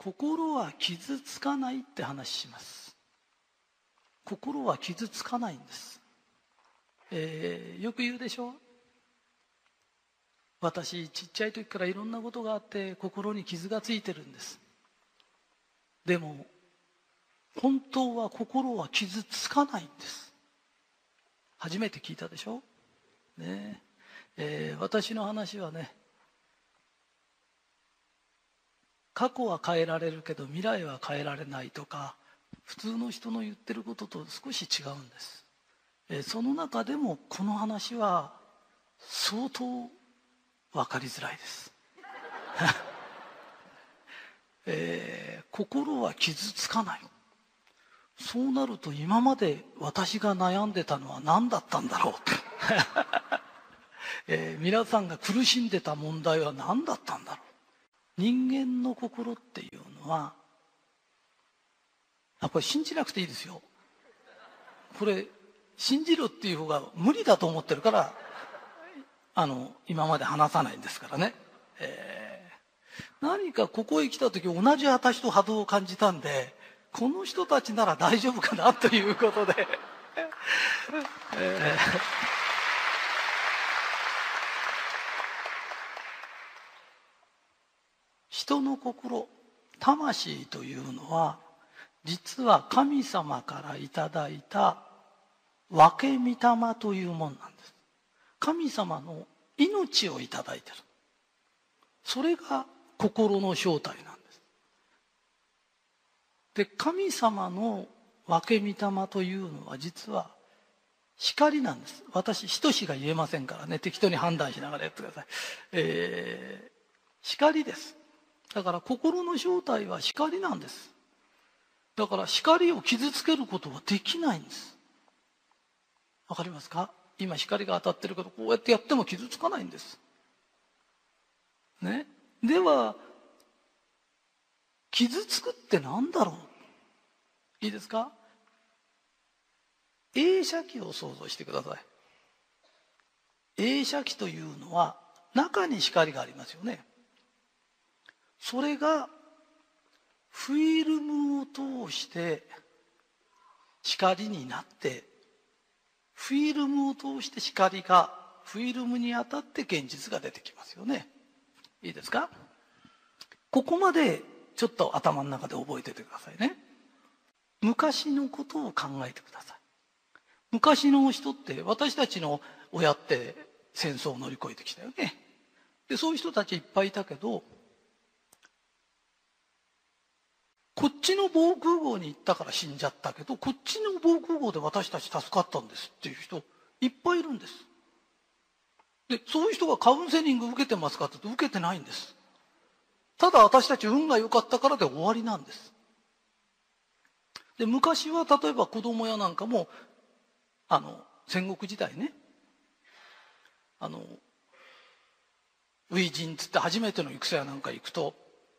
心は傷つかないって話します。心は傷つかないんです。よく言うでしょ。私ちっちゃい時からいろんなことがあって心に傷がついてるんです。でも本当は心は傷つかないんです。初めて聞いたでしょね。私の話はね、過去は変えられるけど未来は変えられないとか、普通の人の言ってることと少し違うんです。その中でもこの話は相当分かりづらいです。心は傷つかない。そうなると今まで私が悩んでたのは何だったんだろう皆さんが苦しんでた問題は何だったんだろう。人間の心っていうのは、これ信じなくていいですよ。これ信じるっていう方が無理だと思ってるから今まで話さないんですからね。何かここへ来た時同じ私と波動を感じたんで、この人たちなら大丈夫かなということで人の心、魂というのは実は神様からいただいた分け御霊というものなんです。神様の命をいただいている。それが心の正体なんです。で、神様の分け御霊というのは実は光なんです。私等しが言えませんからね、適当に判断しながらやってください。光です。だから心の正体は光なんです。だから光を傷つけることはできないんです。わかりますか？今光が当たってるけどこうやってやっても傷つかないんですね。では傷つくって何だろう。いいですか？映写機を想像してください。映写機というのは中に光がありますよね。それがフィルムを通して光になって、フィルムを通して光がフィルムに当たって現実が出てきますよね。いいですか？ここまでちょっと頭の中で覚えててくださいね。昔のことを考えてください。昔の人って私たちの親って戦争を乗り越えてきたよね。で、そういう人たちいっぱいいたけど、こっちの防空壕に行ったから死んじゃったけど、こっちの防空壕で私たち助かったんですっていう人いっぱいいるんです。で、そういう人がカウンセリング受けてますかって言うと受けてないんです。ただ私たち運が良かったからで終わりなんです。で、昔は例えば子供やなんかも戦国時代ね、初陣つって初めての戦やなんか行くと、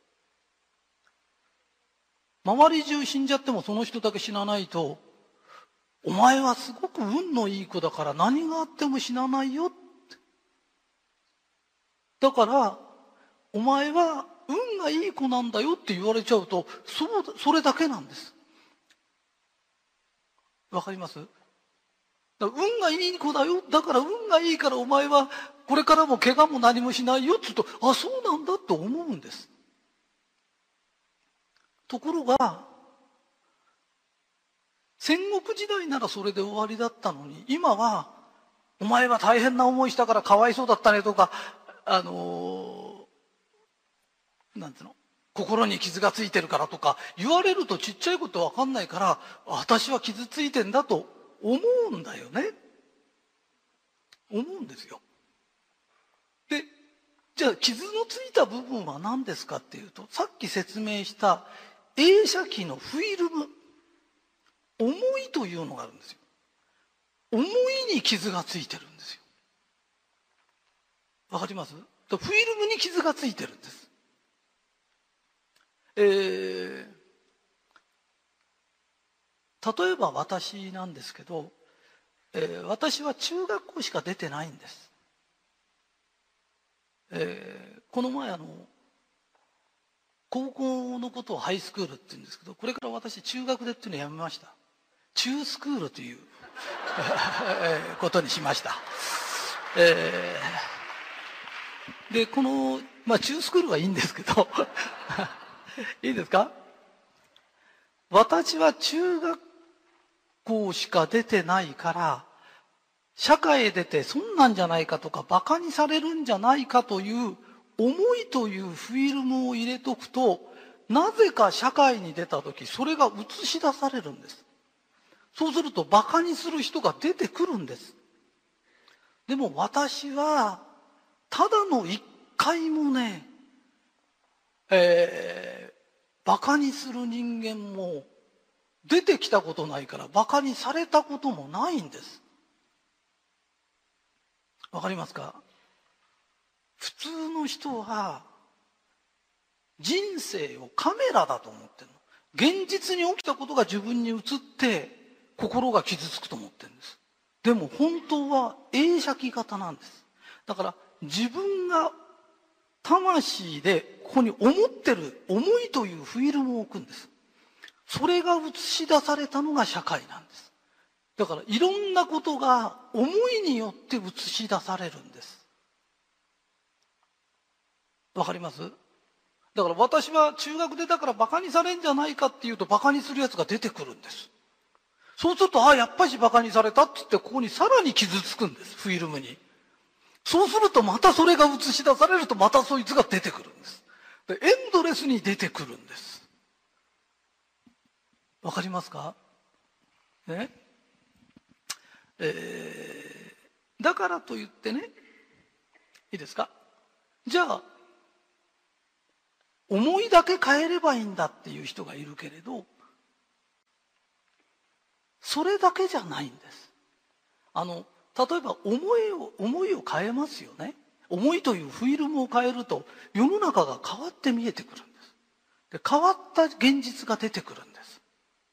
周り中死んじゃってもその人だけ死なないと、お前はすごく運のいい子だから何があっても死なないよって。だからお前は運がいい子なんだよって言われちゃうと、それだけなんです。わかります？運がいい子だよ、だから運がいいからお前はこれからも怪我も何もしないよって言うと、あ、そうなんだと思うんです。ところが戦国時代ならそれで終わりだったのに、今はお前は大変な思いしたからかわいそうだったねとか、なんていうの、心に傷がついてるからとか言われるとちっちゃいことわかんないから、私は傷ついてんだと思うんだよね。思うんですよ。で、じゃあ傷のついた部分は何ですかっていうと、さっき説明した映写機のフィルム、思いというのがあるんですよ。思いに傷がついてるんですよ。わかります？フィルムに傷がついてるんです。例えば私なんですけど、私は中学校しか出てないんです。この前国高校のことをハイスクールって言うんですけど、これから私中学でっていうのをやめました。中スクールということにしました。で、この、中スクールはいいんですけどいいですか？私は中学校しか出てないから、社会へ出てそんなんじゃないかとか、馬鹿にされるんじゃないかという思いというフィルムを入れとくと、なぜか社会に出た時、それが映し出されるんです。そうすると馬鹿にする人が出てくるんです。でも私は、ただの一回もね、馬鹿にする人間も出てきたことないから、馬鹿にされたこともないんです。わかりますか？普通の人は人生をカメラだと思ってるの。現実に起きたことが自分に映って心が傷つくと思ってるんです。でも本当は映写機型なんです。だから自分が魂でここに思ってる思いというフィルムを置くんです。それが映し出されたのが社会なんです。だからいろんなことが思いによって映し出されるんです。わかります？だから私は中学でだからバカにされんじゃないかっていうとバカにするやつが出てくるんです。そうすると、やっぱしバカにされたって言ってここにさらに傷つくんです、フィルムに。そうするとまたそれが映し出されるとまたそいつが出てくるんです。で、エンドレスに出てくるんです。わかりますか？ね。だからといってね、いいですか？じゃあ、思いだけ変えればいいんだっていう人がいるけれど、それだけじゃないんです。例えば思いを変えますよね。思いというフィルムを変えると世の中が変わって見えてくるんです。で、変わった現実が出てくるんです。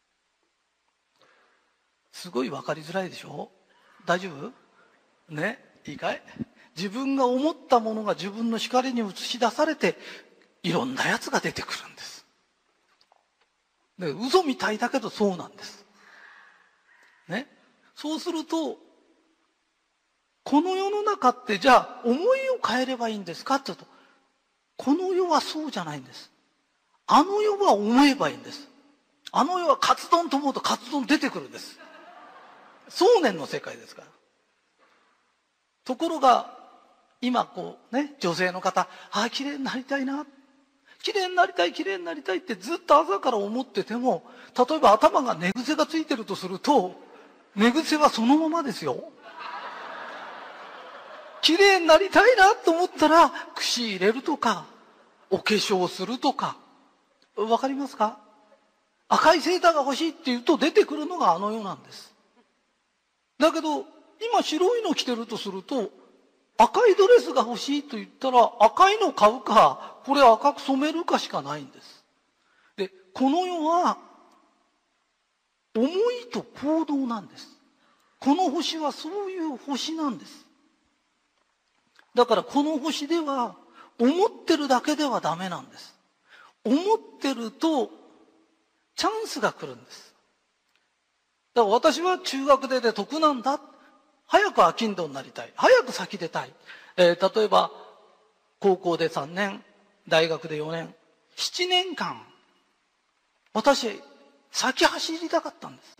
すごい分かりづらいでしょ？大丈夫？ね、いいかい？自分が思ったものが自分の光に映し出されていろんなやつが出てくるんです。で、嘘みたいだけどそうなんです。ね。そうすると、この世の中ってじゃあ思いを変えればいいんですかって言うと、この世はそうじゃないんです。あの世は思えばいいんです。あの世はカツ丼と思うとカツ丼出てくるんです。想念の世界ですから。ところが、今こうね、女性の方、綺麗になりたいな。綺麗になりたい、綺麗になりたいってずっと朝から思ってても、例えば頭が寝癖がついてるとすると、寝癖はそのままですよ。綺麗になりたいなと思ったら、櫛入れるとか、お化粧するとか、わかりますか？赤いセーターが欲しいって言うと出てくるのがあの世なんです。だけど、今白いの着てるとすると、赤いドレスが欲しいと言ったら赤いの買うか、これ赤く染めるかしかないんです。で、この世は思いと行動なんです。この星はそういう星なんです。だからこの星では思ってるだけではダメなんです。思ってるとチャンスが来るんです。だから私は中学で得なんだ。早く商人になりたい。早く先出たい。例えば、高校で3年、大学で4年、7年間、私、先走りたかったんです。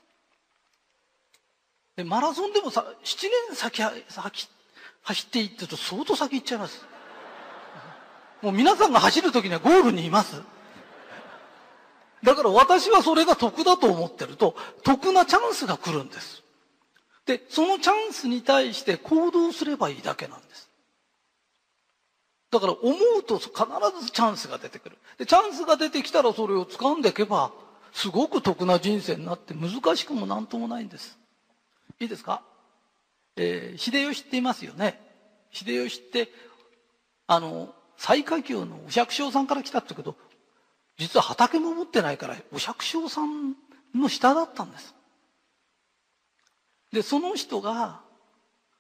で、マラソンでも7年先走っていってると相当先行っちゃいます。もう皆さんが走るときにはゴールにいます。だから私はそれが得だと思ってると、得なチャンスが来るんです。で、そのチャンスに対して行動すればいいだけなんです。だから思うと必ずチャンスが出てくる。で、チャンスが出てきたらそれを掴んでいけば、すごく得な人生になって難しくもなんともないんです。いいですか？秀吉って言いますよね。秀吉って、最下級のお百姓さんから来たってこと、実は畑も持ってないから、お百姓さんの下だったんです。で、その人が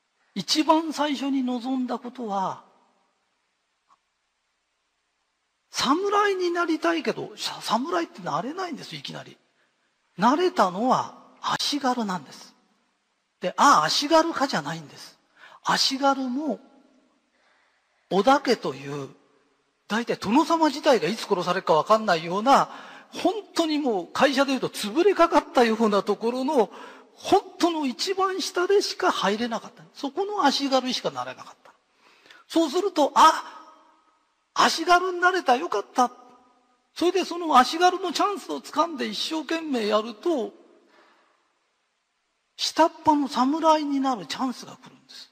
一番最初に望んだことは、 侍になりたいけど、侍ってなれないんです、いきなり。なれたのは足軽なんです。で、足軽かじゃないんです。足軽も、織田家という、大体殿様自体がいつ殺されるか分かんないような、本当にもう会社でいうと潰れかかったようなところの、本当の一番下でしか入れなかった。そこの足軽しかなれなかった。そうすると、足軽になれた、よかった。それでその足軽のチャンスを掴んで一生懸命やると、下っ端の侍になるチャンスが来るんです。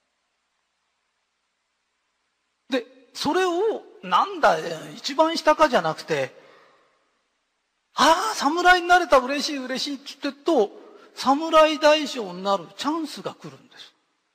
で、それを、なんだ、一番下かじゃなくて、侍になれた、嬉しい嬉しいって言ってると、侍大将になるチャンスが来るんです。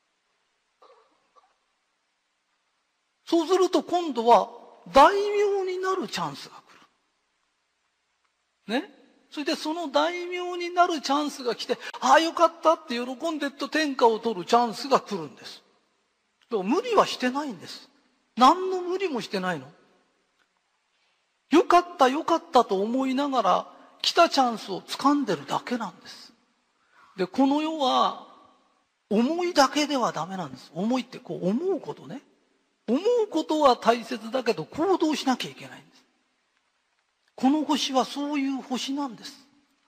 そうすると今度は大名になるチャンスが来る。ね。それでその大名になるチャンスが来て、よかったって喜んでと天下を取るチャンスが来るんです。だから無理はしてないんです。何の無理もしてないの。よかったよかったと思いながら来たチャンスを掴んでるだけなんです。で、この世は思いだけではダメなんです。思いってこう思うことね。思うことは大切だけど行動しなきゃいけないんです。この星はそういう星なんです。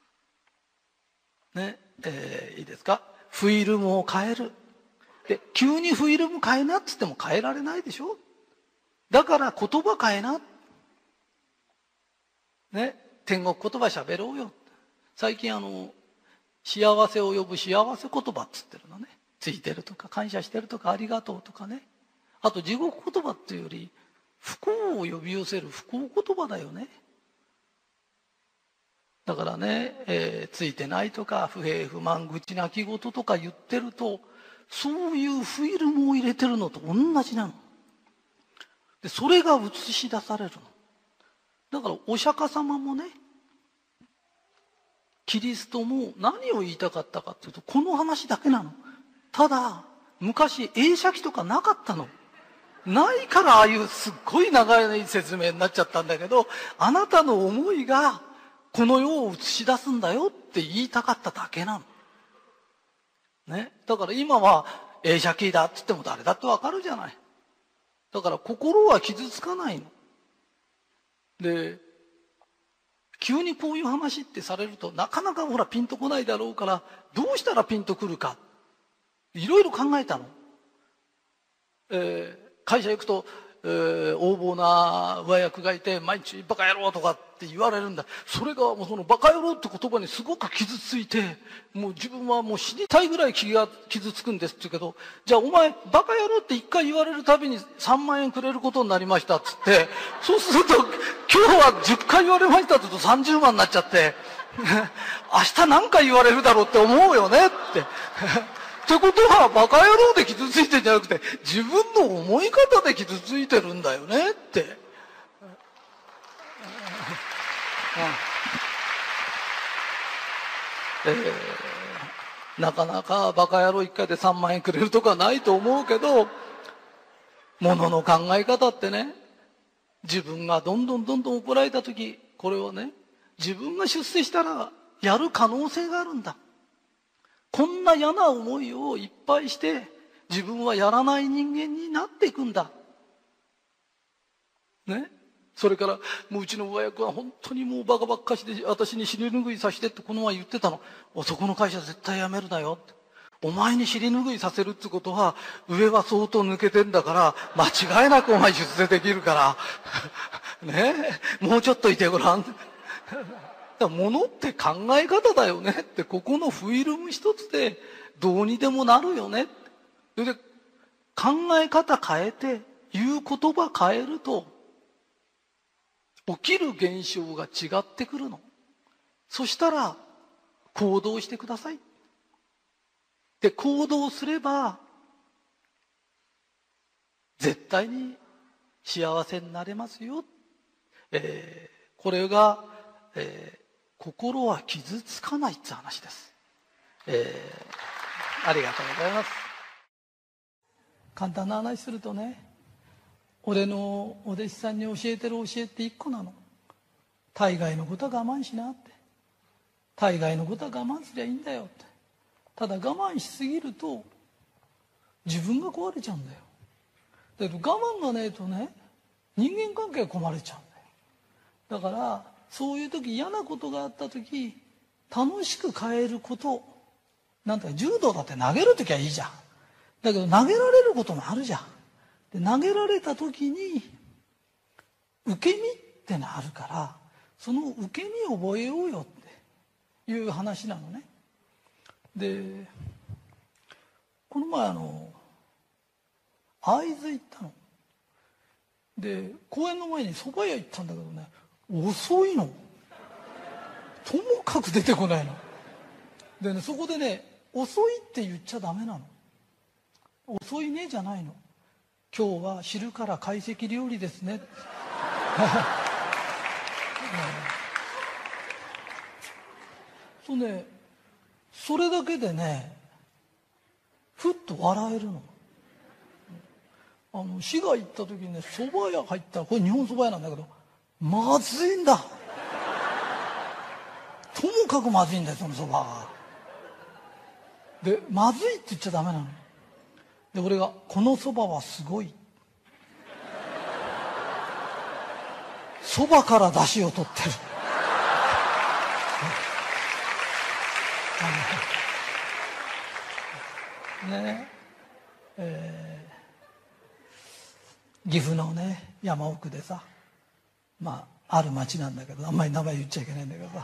ね、いいですか？フィルムを変える。で、急にフィルム変えなって言っても変えられないでしょ？だから言葉変えな。ね、天国言葉喋ろうよ。最近幸せを呼ぶ幸せ言葉っつってるのね。ついてるとか感謝してるとかありがとうとかね。あと地獄言葉っていうより不幸を呼び寄せる不幸言葉だよね。だからね、ついてないとか不平不満愚痴泣き言とか言ってると、そういうフィルムを入れてるのと同じなの。で、それが映し出されるの。だからお釈迦様もね、キリストも何を言いたかったかっていうと、この話だけなの。ただ昔映写機とかなかったの。ないからああいうすっごい長い説明になっちゃったんだけど、あなたの思いがこの世を映し出すんだよって言いたかっただけなの。ね。だから今は映写機だって言っても誰だってわかるじゃない。だから心は傷つかないの。で、急にこういう話ってされるとなかなかほらピンとこないだろうから、どうしたらピンとくるかいろいろ考えたの。会社行くと、横暴な上役がいて毎日バカ野郎とかって言われるんだ。それがもうそのバカ野郎って言葉にすごく傷ついて、もう自分はもう死にたいぐらい気が傷つくんですって言うけど、じゃあお前バカ野郎って一回言われるたびに3万円くれることになりましたっつって、そうすると今日は10回言われましたって言うと30万になっちゃって明日何回言われるだろうって思うよねってってことはバカ野郎で傷ついてんじゃなくて自分の思い方で傷ついてるんだよねって、なかなかバカ野郎一回で3万円くれるとかないと思うけど、ものの考え方ってね、自分がどんどん怒られた時、これをね、自分が出世したらやる可能性があるんだ。こんな嫌な思いをいっぱいして自分はやらない人間になっていくんだ。ね。それからもううちの上役は本当にもうバカばっかしで私に尻拭いさせてってこの前言ってたの。そこの会社絶対辞めるなよって。お前に尻拭いさせるってことは上は相当抜けてんだから間違いなくお前出世できるからねえ、もうちょっといてごらん。ものって考え方だよねって、ここのフィルム一つでどうにでもなるよね。それで考え方変えて言う言葉変えると起きる現象が違ってくるの。そしたら行動してください。で、行動すれば絶対に幸せになれますよ。これが、心は傷つかないって話です。ありがとうございます。簡単な話するとね、 俺のお弟子さんに教えてる教えって一個なの。大概のことは我慢しなって。大概のことは我慢すりゃいいんだよって。ただ我慢しすぎると自分が壊れちゃうんだよ。だけど我慢がねえとね、人間関係が壊れちゃうんだよ。だからそういう時、嫌なことがあった時、楽しく変えること。なんていうか、柔道だって投げる時はいいじゃん。だけど投げられることもあるじゃん。で投げられた時に受け身ってのあるから、その受け身を覚えようよっていう話なのね。でこの前会津行ったので、公園の前に蕎麦屋行ったんだけどね、遅いの。ともかく出てこないのでね、そこでね、遅いって言っちゃダメなの。遅いねじゃないの。今日は昼から懐石料理ですねそうね、それだけでね、ふっと笑えるの。滋賀行った時にね、蕎麦屋入ったら、これ日本蕎麦屋なんだけど、まずいんだ。ともかくまずいんだよ、その蕎麦が。で、まずいって言っちゃダメなの。で、俺が、この蕎麦はすごい。蕎麦から出汁を取ってる。ね、岐阜のね、山奥でさ、ある町なんだけど、あんまり名前言っちゃいけないんだけどさ、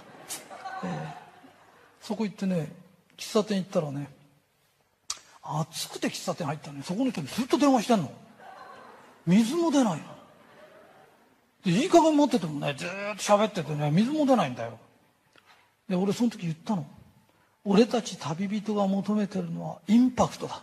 そこ行ってね、喫茶店行ったらね、暑くて喫茶店入ったらね、そこの人にずっと電話してんの。水も出ないので、いい加減待っててもね、ずーっと喋っててね、水も出ないんだよ。で、俺その時言ったの。俺たち旅人が求めてるのはインパクトだ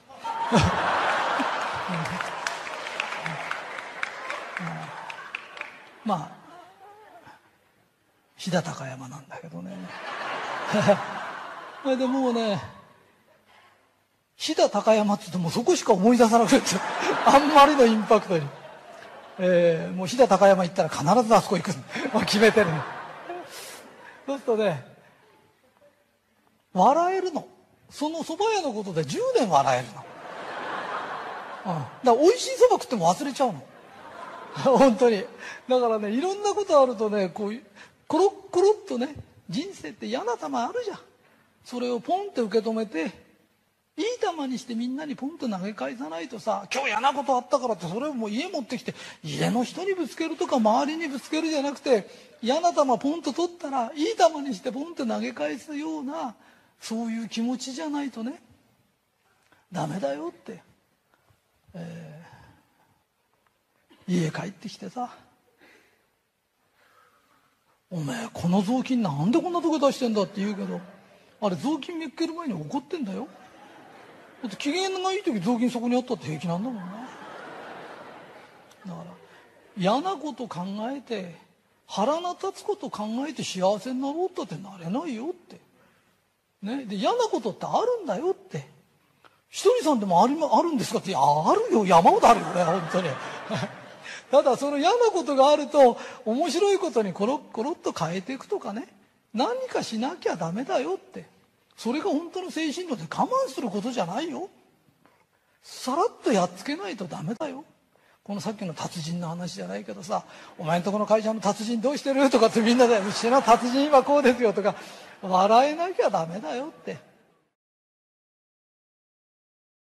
飛騨高山なんだけどねでもうね、飛騨高山って言ってもそこしか思い出さなくなっちゃうあんまりのインパクトに、もう飛騨高山行ったら必ずあそこ行く決めてるのそうするとね、笑えるの。その蕎麦屋のことで10年笑えるの、だから美味しい蕎麦食っても忘れちゃうの本当に。だからね、いろんなことあるとね、こういうコロッコロッとね、人生って嫌な球あるじゃん。それをポンって受け止めて、いい球にしてみんなにポンと投げ返さないとさ、今日嫌なことあったからってそれをもう家持ってきて家の人にぶつけるとか周りにぶつけるじゃなくて、嫌な球ポンと取ったらいい球にしてポンと投げ返すような、そういう気持ちじゃないとね、ダメだよって、家帰ってきてさ、おめえこの雑巾なんでこんなとこ出してんだって言うけど、あれ雑巾めっける前に怒ってんだよ。だって機嫌がいい時雑巾そこにあったって平気なんだもんな。だから嫌なこと考えて、腹の立つこと考えて幸せになろうったってなれないよってね。で、嫌なことってあるんだよって。ひとりさんでもあるんですかって、あるよ、山ほどあるよね、本当にただその嫌なことがあると面白いことにコロッコロッと変えていくとかね、何かしなきゃダメだよって。それが本当の精神論で、我慢することじゃないよ。さらっとやっつけないとダメだよ。このさっきの達人の話じゃないけどさ、お前んとこの会社の達人どうしてるとかってみんなで、うちの達人はこうですよとか笑えなきゃダメだよって。